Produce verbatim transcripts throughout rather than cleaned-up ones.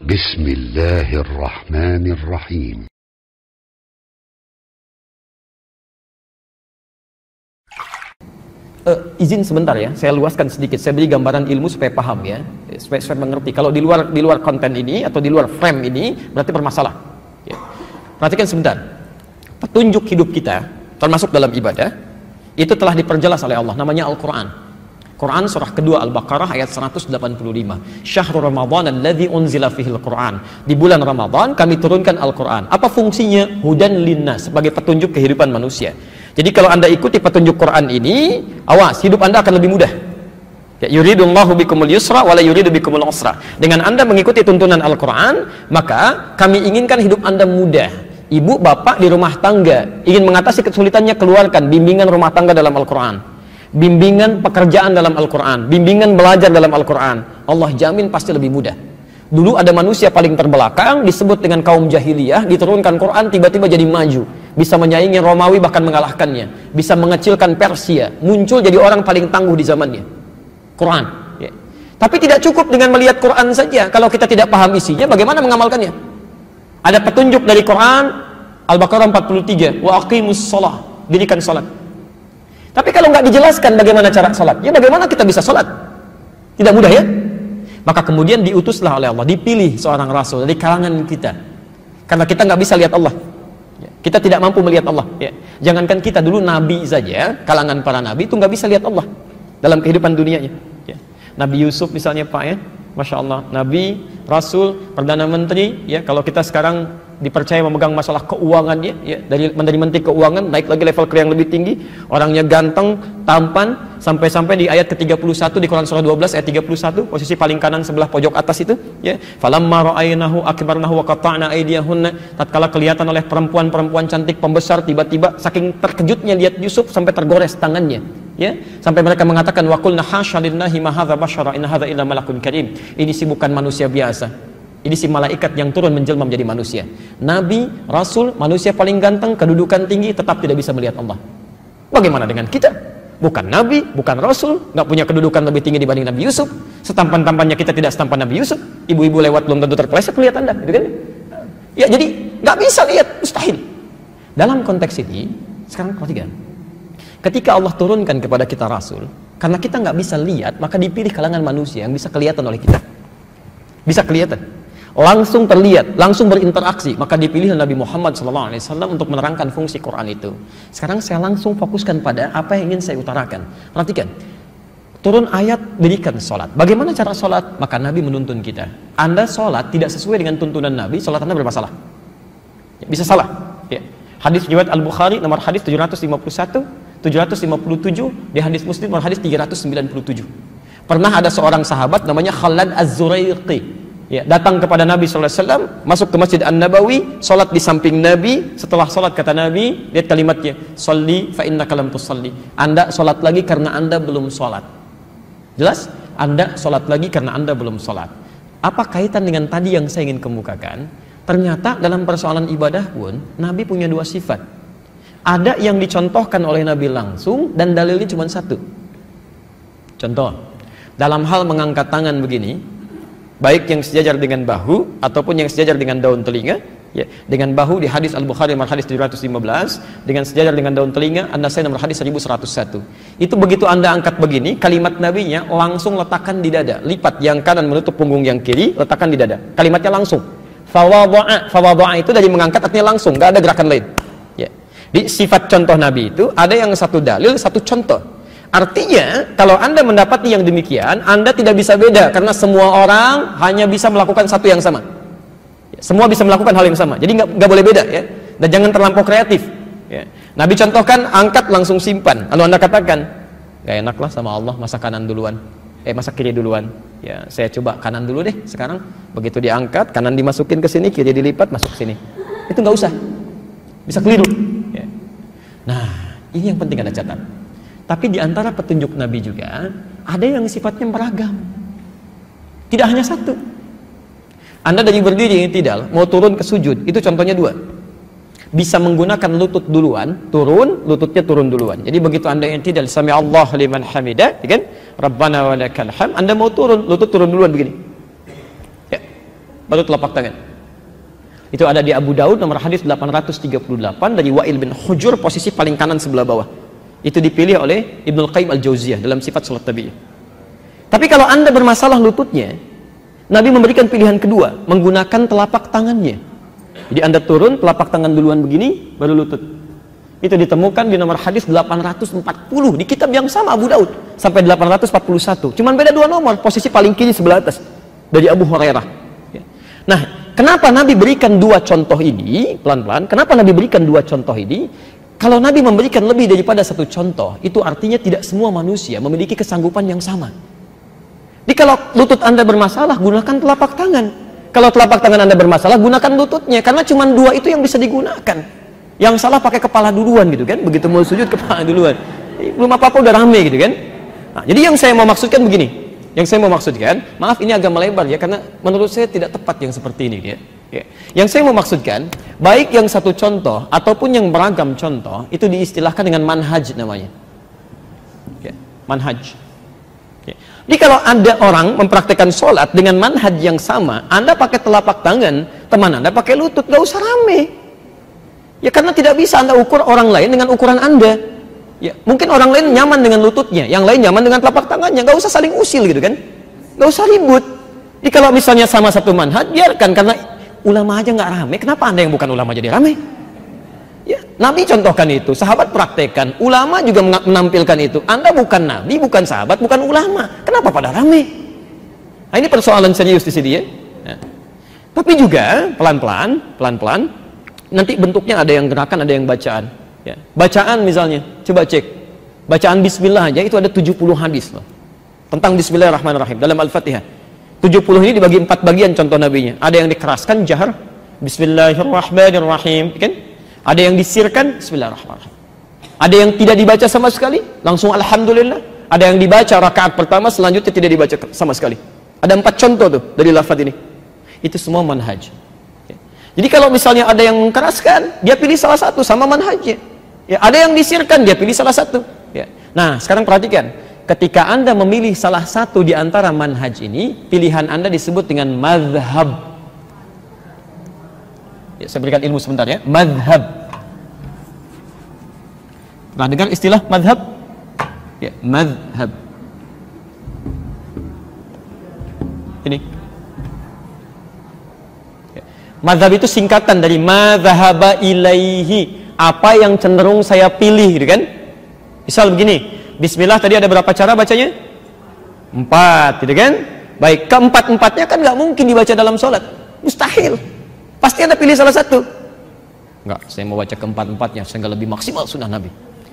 Bismillahirrahmanirrahim. Uh, izin sebentar ya, saya luaskan sedikit, saya beri gambaran ilmu supaya paham ya, supaya, supaya mengerti. Kalau di luar di luar konten ini atau di luar frame ini berarti bermasalah. Ya. Perhatikan sebentar, petunjuk hidup kita termasuk dalam ibadah itu telah diperjelas oleh Allah, namanya Al-Quran. Quran surah kedua Al-Baqarah ayat seratus delapan puluh lima. Syahrul Ramadan alladzi unzila fihil Quran. Di bulan Ramadan kami turunkan Al-Quran. Apa fungsinya? Hudan linnas, sebagai petunjuk kehidupan manusia. Jadi kalau Anda ikuti petunjuk Quran ini, awas, hidup Anda akan lebih mudah. Ya, yuridullahu bikumul yusra wala yuridu bikumul usra. Dengan Anda mengikuti tuntunan Al-Quran, maka kami inginkan hidup Anda mudah. Ibu, bapak di rumah tangga ingin mengatasi kesulitannya, keluarkan bimbingan rumah tangga dalam Al-Quran, bimbingan pekerjaan dalam Al-Quran, bimbingan belajar dalam Al-Quran. Allah jamin pasti lebih mudah. Dulu ada manusia paling terbelakang, disebut dengan kaum jahiliyah, diturunkan Quran, tiba-tiba jadi maju, bisa menyaingi Romawi, bahkan mengalahkannya, bisa mengecilkan Persia, muncul jadi orang paling tangguh di zamannya, Quran ya. Tapi tidak cukup dengan melihat Quran saja, kalau kita tidak paham isinya, bagaimana mengamalkannya? Ada petunjuk dari Quran, Al-Baqarah empat puluh tiga, wa aqimus shalah, dirikan salat. Tapi kalau nggak dijelaskan bagaimana cara salat, ya bagaimana kita bisa salat? Tidak mudah ya. Maka kemudian diutuslah oleh Allah, dipilih seorang rasul dari kalangan kita, karena kita nggak bisa lihat Allah, kita tidak mampu melihat Allah ya. Jangankan kita, dulu nabi saja, kalangan para nabi itu nggak bisa lihat Allah dalam kehidupan dunianya ya. Nabi Yusuf misalnya Pak ya, Masya Allah, nabi, rasul, perdana menteri ya. Kalau kita sekarang dipercaya memegang masalah keuangan ya, ya, dari menteri-menteri keuangan naik lagi level ke yang lebih tinggi, orangnya ganteng, tampan, sampai-sampai di ayat ke tiga puluh satu di Quran surah dua belas ayat tiga puluh satu, posisi paling kanan sebelah pojok atas itu ya, falamma ra'aynahu akbarnahu wa qata'na aydiyahunna, tatkala kelihatan oleh perempuan-perempuan cantik pembesar, tiba-tiba saking terkejutnya lihat Yusuf sampai tergores tangannya ya, sampai mereka mengatakan wa qulna hasya lillahi ma hadza basyara in hadza illa malakun karim, ini sih bukan manusia biasa, ini si malaikat yang turun menjelma menjadi manusia. Nabi, rasul, manusia paling ganteng, kedudukan tinggi, tetap tidak bisa melihat Allah. Bagaimana dengan kita? Bukan nabi, bukan rasul, nggak punya kedudukan lebih tinggi dibanding Nabi Yusuf. Setampan-tampannya kita tidak setampan Nabi Yusuf. Ibu-ibu lewat belum tentu terpeleset melihat Anda, gitu kan? Ya, jadi nggak bisa lihat, mustahil. Dalam konteks ini, sekarang perhatikan. Ketika Allah turunkan kepada kita rasul, karena kita nggak bisa lihat, maka dipilih kalangan manusia yang bisa kelihatan oleh kita. Bisa kelihatan, langsung terlihat, langsung berinteraksi, maka dipilih Nabi Muhammad shallallahu alaihi wasallam untuk menerangkan fungsi Quran itu. Sekarang saya langsung fokuskan pada apa yang ingin saya utarakan. Perhatikan, turun ayat dirikan sholat. Bagaimana cara sholat? Maka Nabi menuntun kita. Anda sholat tidak sesuai dengan tuntunan Nabi, sholat Anda bermasalah ya, bisa salah ya. Hadis riwayat Al-Bukhari nomor hadis tujuh ratus lima puluh satu, tujuh ratus lima puluh tujuh, di hadis Muslim nomor hadis tiga ratus sembilan puluh tujuh. Pernah ada seorang sahabat namanya Khalad Az-Zuraiqi ya, datang kepada Nabi shallallahu alaihi wasallam, masuk ke Masjid An-Nabawi, sholat di samping Nabi. Setelah sholat kata Nabi, lihat kalimatnya, sholli fa innaka lam tusalli, Anda sholat lagi karena Anda belum sholat. Jelas? Anda sholat lagi karena Anda belum sholat. Apa kaitan dengan tadi yang saya ingin kemukakan? Ternyata dalam persoalan ibadah pun Nabi punya dua sifat. Ada yang dicontohkan oleh Nabi langsung dan dalilnya cuma satu. Contoh, dalam hal mengangkat tangan begini, baik yang sejajar dengan bahu ataupun yang sejajar dengan daun telinga ya, dengan bahu di hadis Al-Bukhari nomor hadis tujuh ratus lima belas, dengan sejajar dengan daun telinga An-Nasai nomor hadis seribu seratus satu. Itu begitu Anda angkat begini, kalimat nabinya langsung letakkan di dada, lipat yang kanan menutup punggung yang kiri, letakkan di dada, kalimatnya langsung. Fawadha'a, fawadha'a itu dari mengangkat, artinya langsung, gak ada gerakan lain ya. Di sifat contoh Nabi itu ada yang satu dalil, satu contoh. Artinya, kalau Anda mendapati yang demikian, Anda tidak bisa beda, karena semua orang hanya bisa melakukan satu yang sama. Semua bisa melakukan hal yang sama, jadi nggak nggak boleh beda ya. Dan jangan terlampau kreatif. Ya. Nabi contohkan, angkat langsung simpan. Lalu Anda katakan, nggak enak lah sama Allah, masa kanan duluan, eh masa kiri duluan. Ya, saya coba kanan dulu deh sekarang. Begitu diangkat, kanan dimasukin ke sini, kiri dilipat masuk ke sini. Itu nggak usah, bisa keliru. Ya. Nah, ini yang penting Anda catat. Tapi di antara petunjuk Nabi juga ada yang sifatnya beragam, tidak hanya satu. Anda dari berdiri tidak mau turun ke sujud, itu contohnya dua. Bisa menggunakan lutut duluan, turun, lututnya turun duluan. Jadi begitu Anda yang tidak sami Allah liman hamidah, kan? Rabbana wa lakal hamd, Anda mau turun, lutut turun duluan begini. Ya. baru telapak tangan. Itu ada di Abu Daud nomor hadis delapan ratus tiga puluh delapan dari Wa'il bin Hujur, posisi paling kanan sebelah bawah. Itu dipilih oleh Ibnul Qayyim Al-Jauziyah dalam sifat salat tabi'iyah. Tapi kalau Anda bermasalah lututnya, Nabi memberikan pilihan kedua, menggunakan telapak tangannya. Jadi Anda turun, telapak tangan duluan begini, baru lutut. Itu ditemukan di nomor hadis delapan ratus empat puluh di kitab yang sama Abu Daud sampai delapan ratus empat puluh satu. Cuman beda dua nomor, posisi paling kiri sebelah atas dari Abu Hurairah. Nah, kenapa Nabi berikan dua contoh ini pelan-pelan? Kenapa Nabi berikan dua contoh ini? Kalau Nabi memberikan lebih daripada satu contoh, itu artinya tidak semua manusia memiliki kesanggupan yang sama. Jadi kalau lutut Anda bermasalah, gunakan telapak tangan. Kalau telapak tangan Anda bermasalah, gunakan lututnya, karena cuma dua itu yang bisa digunakan. Yang salah pakai kepala duluan gitu kan, begitu mau sujud kepala duluan, belum apa-apa udah rame gitu kan. Nah, jadi yang saya mau maksudkan begini, yang saya mau maksudkan, maaf ini agak melebar ya, karena menurut saya tidak tepat yang seperti ini ya. Ya. Yang saya mau maksudkan, baik yang satu contoh ataupun yang beragam contoh, itu diistilahkan dengan manhaj namanya. Ya. Manhaj. Ya. Jadi kalau ada orang mempraktekkan sholat dengan manhaj yang sama, Anda pakai telapak tangan, teman Anda pakai lutut, gak usah rame. Ya karena tidak bisa Anda ukur orang lain dengan ukuran Anda. Ya, mungkin orang lain nyaman dengan lututnya, yang lain nyaman dengan telapak tangannya, nggak usah saling usil gitu kan, nggak usah ribut. Jadi kalau misalnya sama satu manhaj, biarkan, karena ulama aja nggak rame, kenapa Anda yang bukan ulama jadi rame? Ya, Nabi contohkan itu, sahabat praktekkan, ulama juga menampilkan itu. Anda bukan Nabi, bukan sahabat, bukan ulama, kenapa pada rame? Nah, ini persoalan serius di sini ya. Nah, tapi juga pelan-pelan, pelan-pelan. Nanti bentuknya ada yang gerakan, ada yang bacaan. Ya. Bacaan misalnya, coba cek. Bacaan Bismillah aja itu ada tujuh puluh hadis loh. Tentang Bismillahirrahmanirrahim dalam Al-Fatihah. tujuh puluh ini dibagi empat bagian contoh nabinya. Ada yang dikeraskan jahar, Bismillahirrahmanirrahim, kan? Ada yang disirkan, Bismillahirrahmanirrahim. Ada yang tidak dibaca sama sekali, langsung Alhamdulillah. Ada yang dibaca rakaat pertama, selanjutnya tidak dibaca sama sekali. Ada empat contoh tuh dari lafaz ini. Itu semua manhaj. Jadi kalau misalnya ada yang mengeraskan, dia pilih salah satu sama manhajnya. Ya, ada yang disirkan, dia pilih salah satu. Ya. Nah, sekarang perhatikan, ketika Anda memilih salah satu di antara manhaj ini, pilihan Anda disebut dengan madhab. Ya, saya berikan ilmu sebentar ya, madhab. Pernah dengar istilah madhab? Ya, madhab. Ini. Mazhab itu singkatan dari madhaba ilaihi, apa yang cenderung saya pilih gitu kan. Misal begini, Bismillah tadi ada berapa cara bacanya? Empat gitu kan. Baik, keempat-empatnya kan nggak mungkin dibaca dalam sholat, mustahil. Pasti Anda pilih salah satu. Enggak, saya mau baca keempat-empatnya sehingga lebih maksimal sunnah Nabi.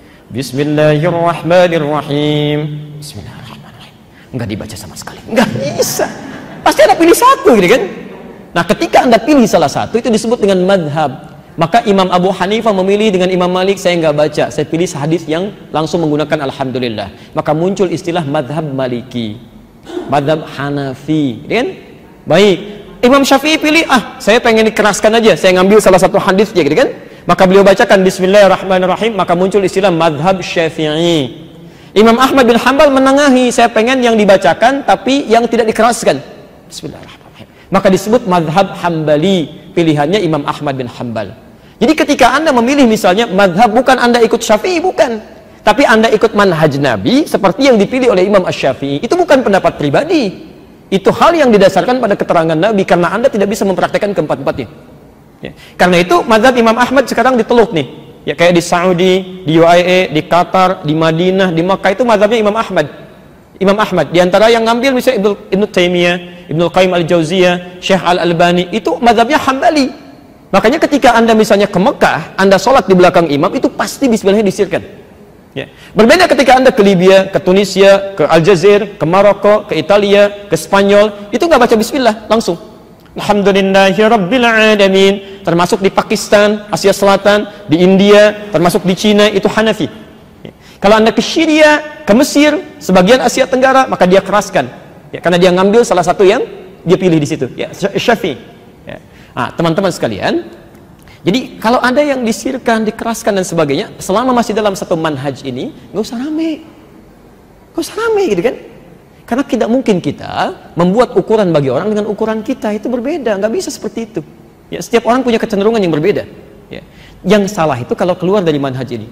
Bismillahirrahmanirrahim. Bismillahirrahmanirrahim. Enggak dibaca sama sekali, enggak bisa. Pasti Anda pilih satu gitu kan. Nah, ketika Anda pilih salah satu, itu disebut dengan madhab. Maka Imam Abu Hanifah memilih dengan Imam Malik, saya nggak baca, saya pilih hadis yang langsung menggunakan Alhamdulillah. Maka muncul istilah madhab Maliki, madhab Hanafi, kan? Baik, Imam Syafi'i pilih, ah, saya pengen dikeraskan aja, saya ngambil salah satu hadis aja, gitu kan? Maka beliau bacakan Bismillahirrahmanirrahim, maka muncul istilah madhab Syafi'i. Imam Ahmad bin Hanbal menengahi, saya pengen yang dibacakan, tapi yang tidak dikeraskan. Bismillahirrahmanirrahim. Maka disebut madhab Hambali, pilihannya Imam Ahmad bin Hanbal. Jadi ketika Anda memilih misalnya madhab, bukan Anda ikut Syafi'i, bukan, tapi Anda ikut manhaj Nabi seperti yang dipilih oleh Imam Asy-Syafi'i. Itu bukan pendapat pribadi, itu hal yang didasarkan pada keterangan Nabi, karena Anda tidak bisa mempraktekkan keempat-empatnya ya. Karena itu madhab Imam Ahmad sekarang diteluk nih ya, kayak di Saudi, di U A E, di Qatar, di Madinah, di Makkah, itu madhabnya Imam Ahmad. Imam Ahmad, diantara yang ngambil misalnya Ibnu Ibnu Taimiyah, Ibnu Qayyim Al-Jauziyah, Syekh Al-Albani, itu mazhabnya Hambali. Makanya ketika Anda misalnya ke Mekah, Anda sholat di belakang imam, itu pasti bismillahnya disirkan. Ya. Berbeda ketika Anda ke Libya, ke Tunisia, ke Aljazair, ke Maroko, ke Italia, ke Spanyol, itu nggak baca bismillah, langsung Alhamdulillahirabbil alamin. Termasuk di Pakistan, Asia Selatan, di India, termasuk di Cina, itu Hanafi. Kalau Anda ke Syria, ke Mesir, sebagian Asia Tenggara, maka dia keraskan. Ya, karena dia ngambil salah satu yang dia pilih di situ. Ya, Syafi'i. Ya. Nah, teman-teman sekalian, jadi kalau ada yang disirkan, dikeraskan dan sebagainya, selama masih dalam satu manhaj ini, nggak usah rame, nggak usah rame, gitu kan? Karena tidak mungkin kita membuat ukuran bagi orang dengan ukuran kita, itu berbeda, nggak bisa seperti itu. Ya, setiap orang punya kecenderungan yang berbeda. Ya. Yang salah itu kalau keluar dari manhaj ini.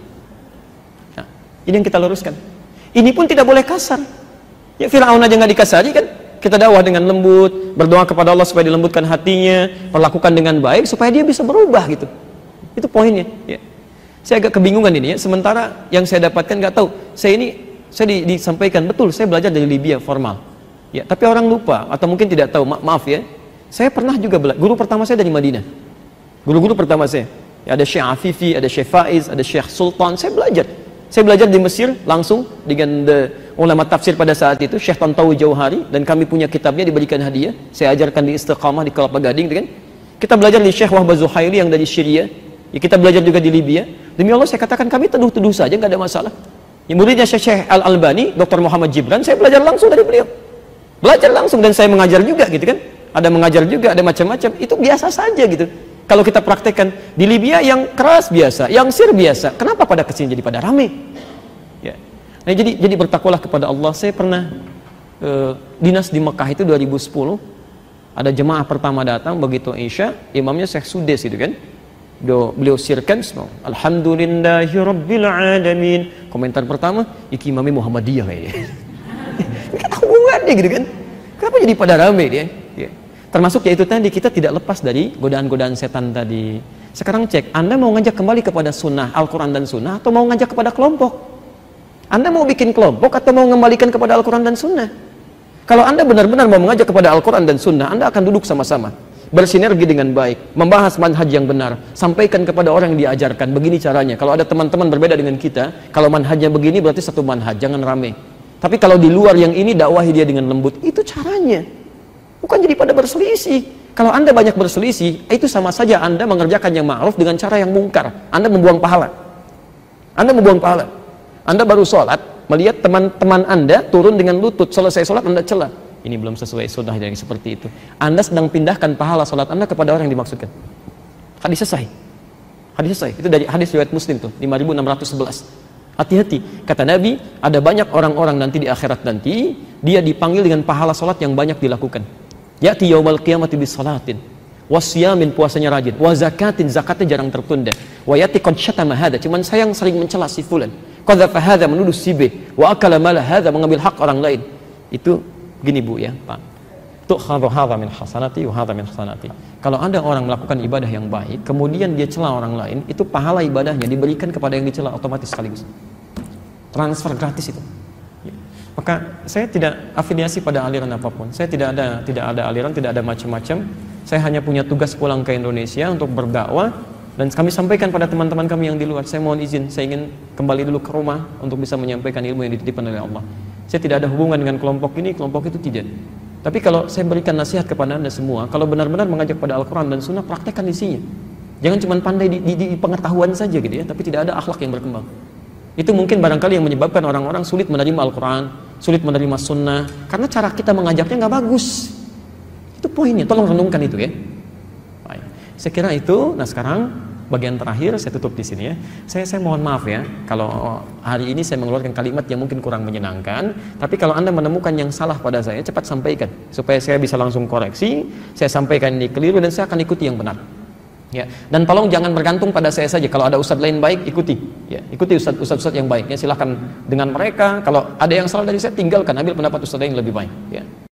Nah, ini yang kita luruskan. Ini pun tidak boleh kasar. Ya, Fir'aun aja nggak dikasari kan? Kita dakwah dengan lembut, berdoa kepada Allah supaya dilembutkan hatinya, perlakukan dengan baik supaya dia bisa berubah gitu. Itu poinnya. Ya. Saya agak kebingungan ini ya. Sementara yang saya dapatkan nggak tahu. Saya ini saya di, disampaikan betul. Saya belajar dari Libya formal. Ya, tapi orang lupa atau mungkin tidak tahu. Ma maaf ya. Saya pernah juga belajar. Guru pertama saya dari Madinah. Guru-guru pertama saya. Ya, ada Syekh Afifi, ada Syekh Faiz, ada Syekh Sultan. Saya belajar. Saya belajar di Mesir langsung dengan the, ulama tafsir pada saat itu, Syekh Tantawi Jauhari, dan kami punya kitabnya diberikan hadiah. Saya ajarkan di Istiqamah di Kelapa Gading, kan? Kita belajar di Syekh Wahbah Zuhaili yang dari Syria. Ya, kita belajar juga di Libya. Demi Allah saya katakan kami teduh-teduh saja, nggak ada masalah. Ya, muridnya Syekh, Syekh Al-Albani, Doktor Muhammad Jibran, saya belajar langsung dari beliau. Belajar langsung dan saya mengajar juga gitu kan. Ada mengajar juga, ada macam-macam. Itu biasa saja gitu. Kalau kita praktekkan di Libya yang keras biasa, yang sir biasa. Kenapa pada kesini jadi pada rame? Ya. Nah, jadi jadi bertakwalah kepada Allah. Saya pernah uh, dinas di Mekah itu dua ribu sepuluh. Ada jemaah pertama datang begitu Isya, imamnya Syekh Sudes gitu kan. Do, beliau sirkan Alhamdulillahirabbil alamin. Komentar pertama, iki imamnya Muhammadiyah kayaknya. Enggak tahu hubungannya gitu kan. Kenapa jadi pada rame dia? Ya. Termasuk yaitu tadi kita tidak lepas dari godaan-godaan setan tadi. Sekarang cek, Anda mau ngajak kembali kepada sunnah, Al-Quran dan sunnah, atau mau ngajak kepada kelompok? Anda mau bikin kelompok atau mau mengembalikan kepada Al-Quran dan sunnah? Kalau Anda benar-benar mau mengajak kepada Al-Quran dan sunnah, Anda akan duduk sama-sama, bersinergi dengan baik, membahas manhaj yang benar, sampaikan kepada orang yang diajarkan, begini caranya. Kalau ada teman-teman berbeda dengan kita, kalau manhajnya begini berarti satu manhaj, jangan rame. Tapi kalau di luar yang ini, dakwahi dia dengan lembut, itu caranya. Bukan jadi pada berselisih. Kalau Anda banyak berselisih, itu sama saja Anda mengerjakan yang ma'ruf dengan cara yang mungkar. Anda membuang pahala. Anda membuang pahala. Anda baru sholat, melihat teman-teman Anda turun dengan lutut, selesai sholat Anda celah. Ini belum sesuai sunnah yang seperti itu. Anda sedang pindahkan pahala sholat Anda kepada orang yang dimaksudkan. Hadis selesai. Hadis selesai. Itu dari hadis riwayat Muslim tuh, lima ribu enam ratus sebelas. Hati-hati. Kata Nabi, ada banyak orang-orang nanti di akhirat nanti, dia dipanggil dengan pahala sholat yang banyak dilakukan. Ya'ti yaumal qiyamati bis salatin, wasyamin, puasanya rajin, wa zakatin, zakatnya jarang tertunda, wa yati qad syatama hadza, cuman sayang sering mencela si fulan, qadzafa hadza, menuduh si B, wa akala mala hadza, mengambil hak orang lain. Itu gini Bu ya, Pak. Tu'khadhu hadza min hasanati wa hadza min hasanati. Kalau ada orang melakukan ibadah yang baik, kemudian dia cela orang lain, itu pahala ibadahnya diberikan kepada yang dicela otomatis sekaligus. Transfer gratis itu. Maka saya tidak afiliasi pada aliran apapun. Saya tidak ada tidak ada aliran, tidak ada macam-macam. Saya hanya punya tugas pulang ke Indonesia untuk berdakwah, dan kami sampaikan pada teman-teman kami yang di luar. Saya mohon izin, saya ingin kembali dulu ke rumah untuk bisa menyampaikan ilmu yang dititipkan oleh Allah. Saya tidak ada hubungan dengan kelompok ini, kelompok itu tidak. Tapi kalau saya berikan nasihat kepada Anda semua, kalau benar-benar mengajak pada Al-Quran dan Sunnah, praktekkan isinya. Jangan cuma pandai di, di, di pengetahuan saja gitu ya, tapi tidak ada akhlak yang berkembang. Itu mungkin barangkali yang menyebabkan orang-orang sulit menerima Al-Quran, sulit menerima Sunnah, karena cara kita mengajaknya nggak bagus. Itu poinnya, tolong renungkan itu ya. Baik. Saya kira itu. Nah sekarang bagian terakhir saya tutup di sini ya. Saya saya mohon maaf ya kalau hari ini saya mengeluarkan kalimat yang mungkin kurang menyenangkan. Tapi kalau Anda menemukan yang salah pada saya, cepat sampaikan supaya saya bisa langsung koreksi. Saya sampaikan ini keliru dan saya akan ikuti yang benar. Ya, dan tolong jangan bergantung pada saya saja. Kalau ada ustadz lain baik, ikuti. Ya, ikuti ustadz-ustadz yang baik. Ya, silahkan dengan mereka. Kalau ada yang salah dari saya, tinggalkan. Ambil pendapat ustadz yang lebih baik. Ya.